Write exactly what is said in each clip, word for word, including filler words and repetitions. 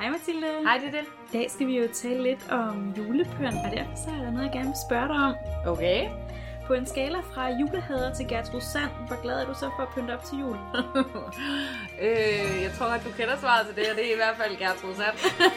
Hej Mathilde. Hej Ditte. I dag skal vi jo tale lidt om julepynt, og derfor så er der noget, jeg gerne vil spørge dig om. Okay. På en skala fra julehader til Gertrud Sand, hvor glad er du så for at pynte op til jul? øh, jeg tror, at du kender svaret til det, og det er i hvert fald Gertrud Sand.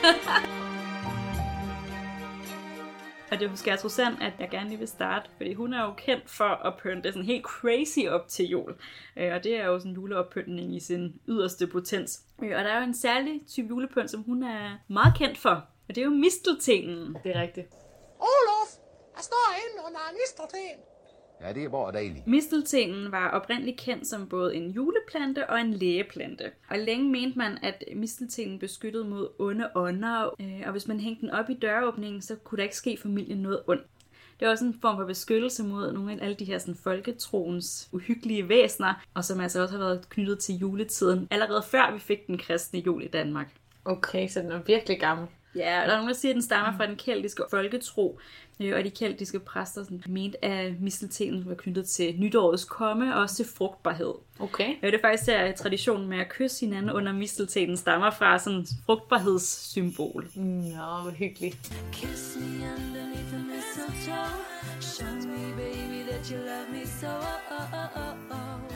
Og det er hos Gertrud Sand, at jeg gerne lige vil starte, fordi hun er jo kendt for at pynte sådan helt crazy op til jul. Og det er jo sådan en juleoppyntning i sin yderste potens. Og der er jo en særlig type julepynt, som hun er meget kendt for. Og det er jo misteltenen. Det er rigtigt. Olof, jeg står inde under en mistelten. Ja, det er bare dejligt. Misteltenen var oprindeligt kendt som både en juleplante og en lægeplante. Og længe mente man, at misteltenen beskyttede mod onde ånder, og hvis man hængte den op i døråbningen, så kunne der ikke ske familien noget ondt. Det var også en form for beskyttelse mod nogle af alle de her sådan, folketroens uhyggelige væsener, og som altså også har været knyttet til juletiden, allerede før vi fik den kristne jul i Danmark. Okay, så den er virkelig gammel. Ja, og der er nogen, der siger, at den stammer fra den keltiske folketro, og de keltiske præster sådan, mente, at misteltenen var knyttet til nytårets komme og også til frugtbarhed. Okay. Og det er faktisk der traditionen med at kysse hinanden under misteltenen stammer fra sådan et frugtbarhedssymbol. Nå, hvor hyggeligt. Kiss me underneath the mistletoe. Show me, baby, that you love me so. Oh, oh, oh, oh.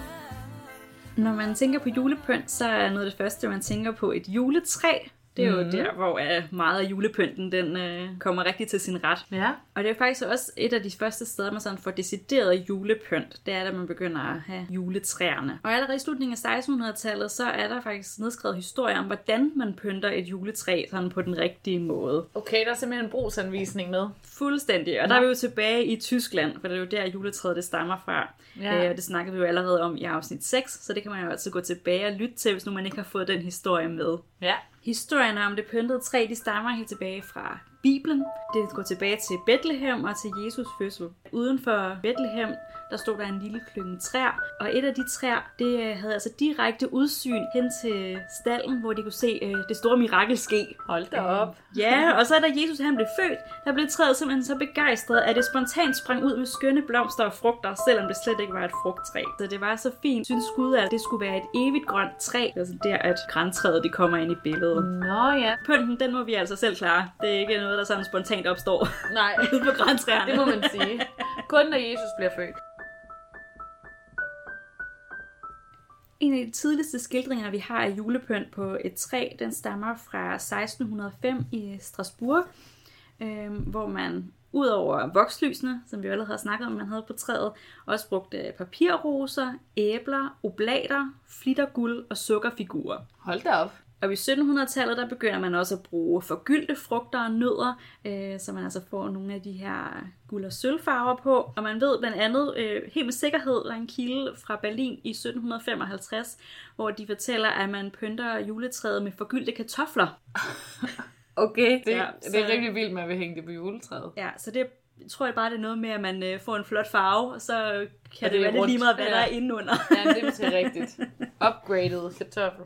Når man tænker på julepynt, så er noget af det første, man tænker på et juletræ. Det er jo mm. der, hvor meget af julepynten den, øh, kommer rigtig til sin ret. Ja. Og det er faktisk også et af de første steder, man sådan får decideret julepynt. Det er, da man begynder at have juletræerne. Og allerede i slutningen af sekstenhundredetallet, så er der faktisk nedskrevet historier om, hvordan man pynter et juletræ sådan på den rigtige måde. Okay, der er simpelthen en brugsanvisning med. Fuldstændig. Og der er vi jo tilbage i Tyskland, for det er jo der, juletræet det stammer fra. Ja. Øh, og det snakkede vi jo allerede om i afsnit seks, så det kan man jo altså gå tilbage og lytte til, hvis nu man ikke har fået den historie med. Ja. Historierne om det pyntede træ, de stammer helt tilbage fra Bibelen. Det går tilbage til Bethlehem og til Jesus fødsel. Uden for Bethlehem, der stod der en lille klynge træer, og et af de træer, det havde altså direkte udsyn hen til stalden, hvor de kunne se øh, det store mirakel ske. Hold da op. Ja, og så da Jesus han blev født, der blev træet simpelthen så begejstret, at det spontant sprang ud med skønne blomster og frugter, selvom det slet ikke var et frugttræ. Så det var så fint. Synes Gud, at det skulle være et evigt grønt træ. Det er altså der, at grantræet det kommer ind i billedet. Nå ja. Pynten, den må vi altså selv klare. Det er ikke noget, der sådan spontant opstår. Nej, ude på grantræerne. det må man sige. Kun når Jesus bliver født. En af de tidligste skildringer, vi har af julepynt på et træ, den stammer fra seksten hundrede og fem i Strasbourg, øh, hvor man udover vokslysene, som vi jo allerede har snakket om, man havde på træet, også brugte papirroser, æbler, oblater, flitterguld og sukkerfigurer. Hold da op. Og i syttenhundredetallet, der begynder man også at bruge forgyldte frugter og nødder, øh, så man altså får nogle af de her guld- og sølvfarver på. Og man ved blandt andet øh, helt med sikkerhed, der er en kilde fra Berlin i sytten femoghalvtreds, hvor de fortæller, at man pynter juletræet med forgyldte kartofler. Okay, det, ja, så... det er rigtig vildt, man vil hænge det på juletræet. Ja, så det jeg tror jeg bare, det er noget med, at man øh, får en flot farve, og så kan og det, det være lige meget, hvad ja. der er indenunder. Ja, det er rigtigt. Upgraded kartoffel.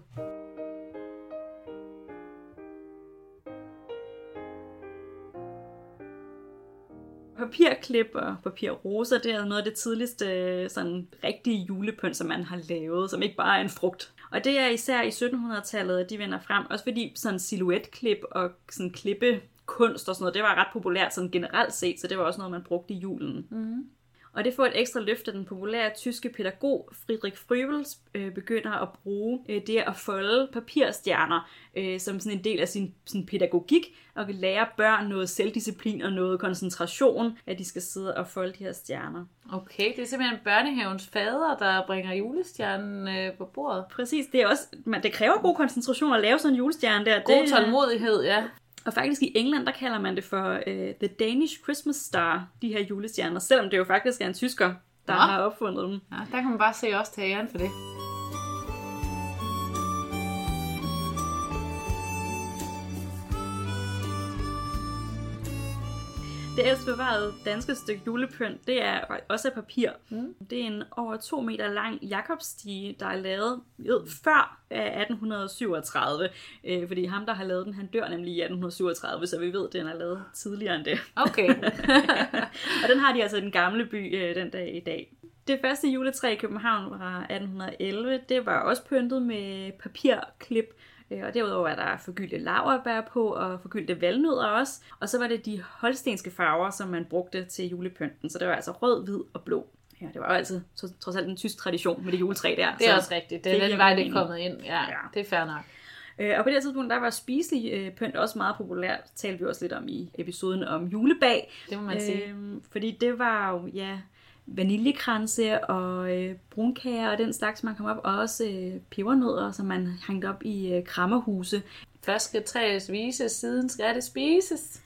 Papirklip og papirroser, det er noget af det tidligste sådan rigtige julepynt, som man har lavet, som ikke bare er en frugt. Og det er især i syttenhundredetallet, at de vender frem, også fordi sådan silhuetklip og sådan klippekunst og sådan noget, det var ret populært sådan generelt set, så det var også noget, man brugte i julen. Mm. Og det får et ekstra løft, at den populære tyske pædagog Friedrich Fröbel øh, begynder at bruge øh, det at folde papirstjerner øh, som sådan en del af sin sådan pædagogik, og kan lære børn noget selvdisciplin og noget koncentration, at de skal sidde og folde de her stjerner. Okay, det er simpelthen børnehavens fader, der bringer julestjernen øh, på bordet. Præcis, det er også, man, det kræver god koncentration at lave sådan en julestjerne der. God det, tålmodighed, ja. Og faktisk i England, der kalder man det for uh, The Danish Christmas Star, de her julestjerner, selvom det jo faktisk er en tysker, der Nå. har opfundet dem. Ja, der kan man bare se også tage æren for det. Det ældst bevarede danske stykke julepynt, det er også af papir. Mm. Det er en over to meter lang Jakobstige, der er lavet ved, før atten syvogtredive. Øh, fordi ham, der har lavet den, han dør nemlig i atten syvogtredive, så vi ved, at den er lavet tidligere end det. Okay. Og den har de altså i den gamle by øh, den dag i dag. Det første juletræ i København var atten elleve. Det var også pyntet med papirklip Og derudover er der forgyldte laurbær på, og forgyldte valnødder også. Og så var det de holstenske farver, som man brugte til julepynten. Så det var altså rød, hvid og blå. Ja, det var jo altid trods alt en tysk tradition med det juletræ der. Det er så også rigtigt. Det er den vej, det er kommet ind. Ja, ja. Det er fair nok. Og på det tidspunkt, der var spiselig øh, pynt også meget populært. Det talte vi også lidt om i episoden om julebag. Det må man sige. Øh, fordi det var jo, ja, vaniljekranse og øh, brunkager og den slags, man kom op. Og også øh, pebernødder, som man hængte op i øh, krammerhuse. Først skal træet vises, siden skal det spises.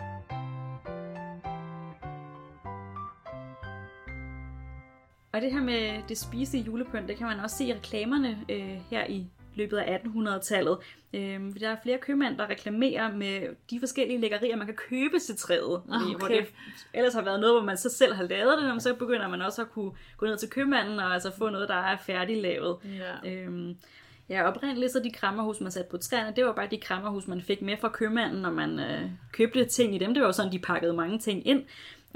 Og det her med det spiselige julepynt, det kan man også se i reklamerne øh, her i løbet af attenhundredetallet. Øh, der er flere købmænd, der reklamerer med de forskellige lækkerier, man kan købe til træet. Okay. Hvor det ellers har været noget, hvor man så selv har lavet det, og så begynder man også at kunne gå ned til købmanden og altså få noget, der er færdiglavet. Ja. Øh, ja, oprindeligt så de krammerhus, man satte på træerne, det var bare de krammerhus, man fik med fra købmanden, når man øh, købte ting i dem. Det var jo sådan, de pakkede mange ting ind.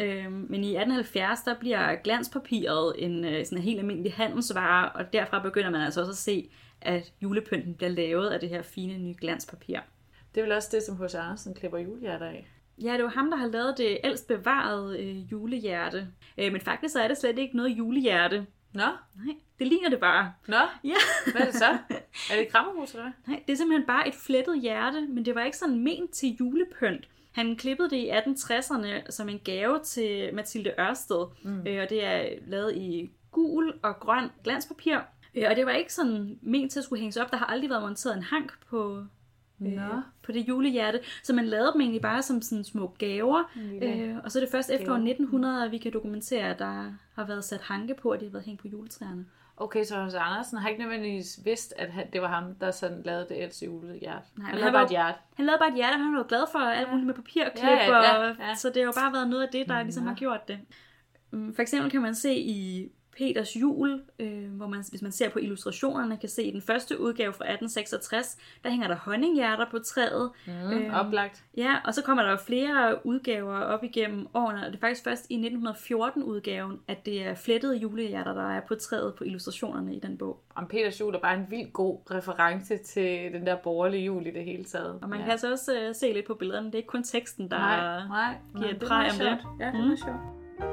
Men i atten halvfjerds, der bliver glanspapiret en sådan en helt almindelig handelsvare, og derfra begynder man altså også at se, at julepynten bliver lavet af det her fine nye glanspapir. Det er vel også det, som H C. Andersen klipper julehjerter af? Ja, det var ham, der har lavet det ældst bevarede øh, julehjerte. Øh, men faktisk så er det slet ikke noget julehjerte. Nå? Nej, det ligner det bare. Nå? Ja. Hvad er det så? Er det et krammerhus, eller hvad? Nej, det er simpelthen bare et flettet hjerte, men det var ikke sådan ment til julepynt. Han klippede det i atten tresserne som en gave til Mathilde Ørsted, mm. øh, og det er lavet i gul og grøn glanspapir. Øh, og det var ikke sådan ment til at skulle hænges op. Der har aldrig været monteret en hank på, øh, på det julehjerte, så man lavede dem egentlig bare som sådan små gaver. Mm. Øh, og så er det først efter år nitten hundrede, at vi kan dokumentere, at der har været sat hanke på, at de har været hængt på juletræerne. Okay, så H C. Andersen har ikke nødvendigvis vidst, at han, det var ham, der sådan lavede det ældste julehjerte. Nej, han lavede bare et hjerte. Han lavede bare et hjerte, og han var glad for alt muligt med papirklip, ja, ja, ja, ja. Og, så det har jo bare været noget af det, der ligesom ja. har gjort det. For eksempel kan man se i Peters jul, øh, hvor man, hvis man ser på illustrationerne, kan se i den første udgave fra atten seksogtres, der hænger der honninghjerter på træet. Mm, øh, oplagt. Ja, og så kommer der jo flere udgaver op igennem årene, og det er faktisk først i nitten fjorten udgaven, at det er flettede julehjerter, der er på træet på illustrationerne i den bog. Om Peters jul er bare en vildt god reference til den der borgerlige jul i det hele taget. Og man ja. kan altså også uh, se lidt på billederne, det er ikke kun teksten, der nej, nej, giver et præg om det. Ja, det er mm. sjovt.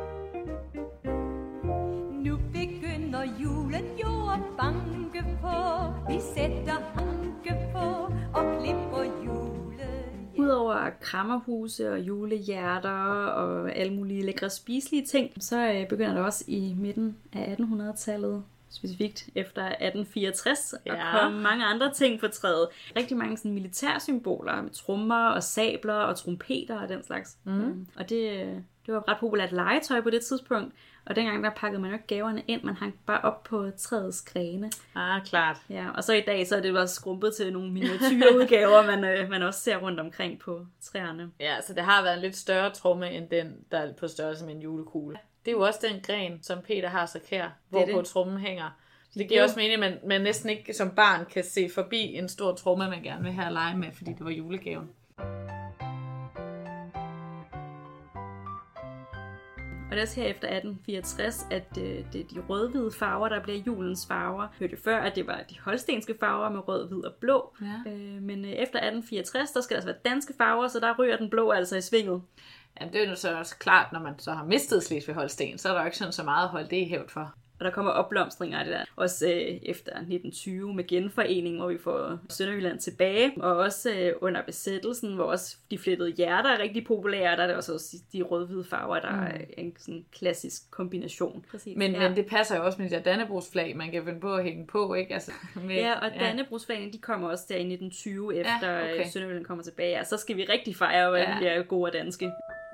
Julen jo at banke på, vi sætter hanke på og klipper jule. Udover krammerhuse og julehjerter og alle mulige lækre spiselige ting, så begynder der også i midten af attenhundredetallet, specifikt efter atten fireogtres, ja. at komme mange andre ting på træet. Rigtig mange sådan militærsymboler med trommer og sabler og trompeter og den slags. Mm. Og det, det var ret populært legetøj på det tidspunkt. Og dengang der pakkede man jo ikke gaverne ind, man hang bare op på træets grene. Ah, klart. Ja, og så i dag så er det bare skrumpet til nogle miniatyrudgaver, man, øh, man også ser rundt omkring på træerne. Ja, så det har været en lidt større tromme end den, der er på størrelse med en julekugle. Det er jo også den gren, som Peter har så kær, hvorpå trommen hænger. Så det giver det også mening, at man, man næsten ikke som barn kan se forbi en stor tromme, man gerne vil have at lege med, fordi det var julegaven. Og det er også her efter atten fireogtres, at øh, det er de rød-hvide farver, der bliver julens farver. Hørte før, at det var de holstenske farver med rød, hvid og blå. Ja. Øh, men øh, efter atten fireogtres, der skal der altså være danske farver, så der ryger den blå altså i svinget. Jamen det er jo så også klart, når man så har mistet Slesvig-Holsten, så er der jo ikke sådan så meget at holde det i hævd for. Og der kommer opblomstringer af det der. Også øh, efter nitten tyve med genforeningen, hvor vi får Sønderjylland tilbage. Og også øh, under besættelsen, hvor også de flettede hjerter er rigtig populære. Der er det også, også de rød-hvide farver, der mm. er en sådan klassisk kombination. Præcis. Men, ja. men det passer jo også med de der Dannebrogsflag, man kan finde på at hænge på, ikke? Altså, med, ja, og ja. Dannebrogsflagene, de kommer også der i nitten tyve, efter ja, okay. Sønderjylland kommer tilbage. Og så skal vi rigtig fejre, hvad ja. vi er gode og danske.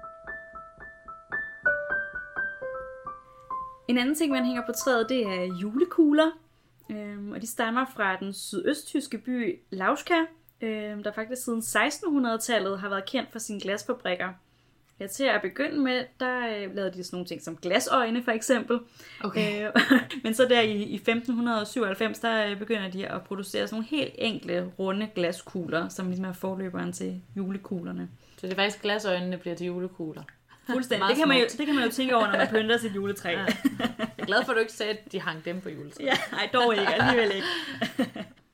En anden ting, man hænger på træet, det er julekugler, øhm, og de stammer fra den sydøsttyske by Lauska, øhm, der faktisk siden sekstenhundredetallet har været kendt for sine glasfabrikker. Ja, til at begynde med, der øh, lavede de sådan nogle ting som glasøjne for eksempel. Okay. Øh, men så der i, i femten syvoghalvfems, der begynder de at producere sådan nogle helt enkle, runde glaskugler, som ligesom er forløberen til julekuglerne. Så det er faktisk glasøjnene, der bliver til julekugler? Fuldstændig. Det kan, man jo, det kan man jo tænke over, når man pynter sit juletræ. Ja. Jeg er glad for, at du ikke sagde, at de hang dem på juletræet. Ja, nej, dog ikke. Alligevel ikke.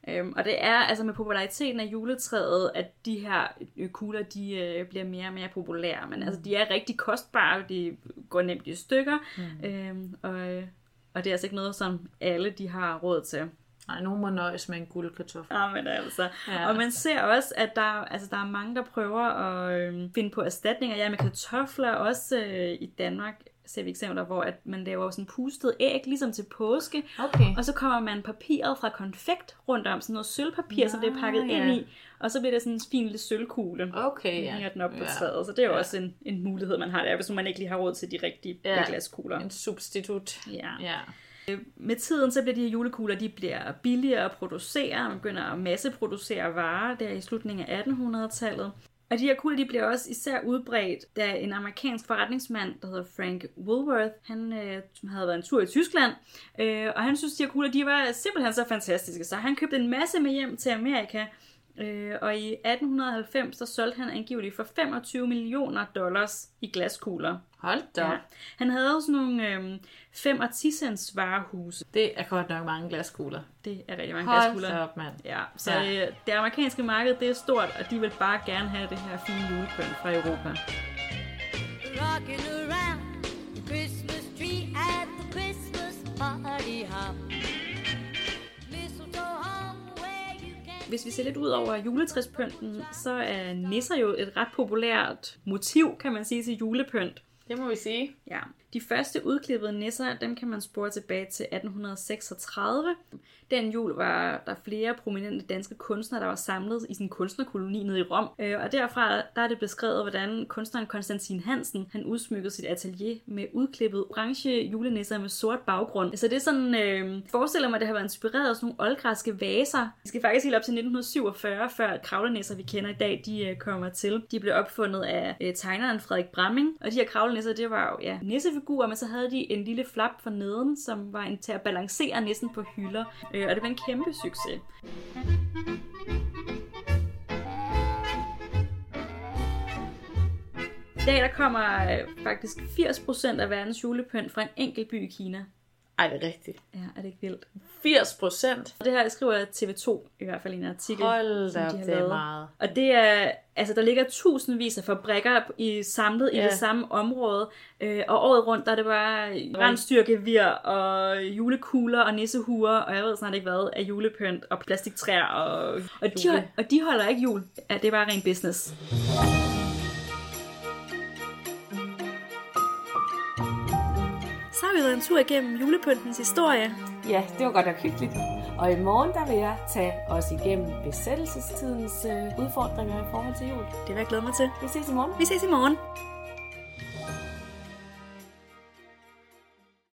Øhm, og det er altså med populariteten af juletræet, at de her kugler, de øh, bliver mere og mere populære. Men mm. altså, de er rigtig kostbare, de går nemt i stykker, mm. øhm, og, og det er altså ikke noget, som alle de har råd til. Nej, nogen må nøjes med en guldkartoffel. Ja, men altså. Ja. Og man ser også, at der, altså, der er mange, der prøver at øh, finde på erstatninger. Ja, med kartofler også øh, i Danmark ser vi eksempler, hvor at man laver sådan pustet æg, ligesom til påske. Okay. Og så kommer man papiret fra konfekt rundt om, sådan noget sølvpapir, ja, som det er pakket ja. ind i. Og så bliver det sådan en fin lille sølvkugle. Okay, ja. hænger den op på ja. træet. Så det er jo ja. også en, en mulighed, man har der, hvis man ikke lige har råd til de rigtige ja. glaskugler. En substitut. Ja. ja. Med tiden så bliver de her julekugler, de bliver billigere at producere. Man begynder at masseproducere varer der i slutningen af attenhundredetallet. Og de her kugler, de bliver også især udbredt, da en amerikansk forretningsmand, der hedder Frank Woolworth, han øh, havde været en tur i Tyskland, øh, og han synes, de her kugler, de var simpelthen så fantastiske, så han købte en masse med hjem til Amerika, øh, og i atten halvfems, der solgte han angiveligt for femogtyve millioner dollars i glaskugler. Hold da. Ja. Han havde også nogle øh, fem og ti cents varehuse. Det er godt nok mange glaskugler. Det er rigtig mange Hold glaskugler. Hold op, mand. Ja, så ja. Øh, det amerikanske marked, det er stort, og de vil bare gerne have det her fine julepynt fra Europa. Rocking around the Christmas tree at the Christmas party hop. Hvis vi ser lidt ud over juletræspynten, så er nisser jo et ret populært motiv, kan man sige, til julepynt. Det må vi sige. Ja. De første udklippede nisser, dem kan man spore tilbage til atten seksogtredive. Den jul var der flere prominente danske kunstnere, der var samlet i sin kunstnerkoloni nede i Rom. Og derfra der er det beskrevet, hvordan kunstneren Konstantin Hansen, han udsmykkede sit atelier med udklippet orange julenisser med sort baggrund. Så det er sådan, øh, forestiller mig, at det har været inspireret af sådan nogle oldgræske vaser. Vi skal faktisk helt op til nitten syvogfyrre, før kravlenisser, vi kender i dag, de øh, kommer til. De blev opfundet af øh, tegneren Frederik Bramming. Og de her kravlenisser, det var jo ja, nissefigurer, men så havde de en lille flap for neden, som var en til at balancere nissen på hylder. Og det var en kæmpe succes. I dag der kommer faktisk firs procent af verdens julepynt fra en enkelt by i Kina. Ej, det er rigtigt. Ja, er det ikke vildt? firs procent? Det her skriver T V to i hvert fald i en artikel. Hold da, de det er meget. Og det er, altså der ligger tusindvis af fabrikker i, samlet yeah. i det samme område. Øh, og året rundt, der er det bare rensdyrgevir og julekugler og nissehuer, og jeg ved snart ikke hvad, af julepynt og plastiktræer. Og, og, de, og de holder ikke jul. Ja, det er bare ren business. Så har vi været en tur igennem julepyntens historie. Ja, det var godt nok hyggeligt. Og i morgen, der vil jeg tage os igennem besættelsestidens øh, udfordringer i forhold til jul. Det vil jeg glæde mig til. Vi ses i morgen. Vi ses i morgen.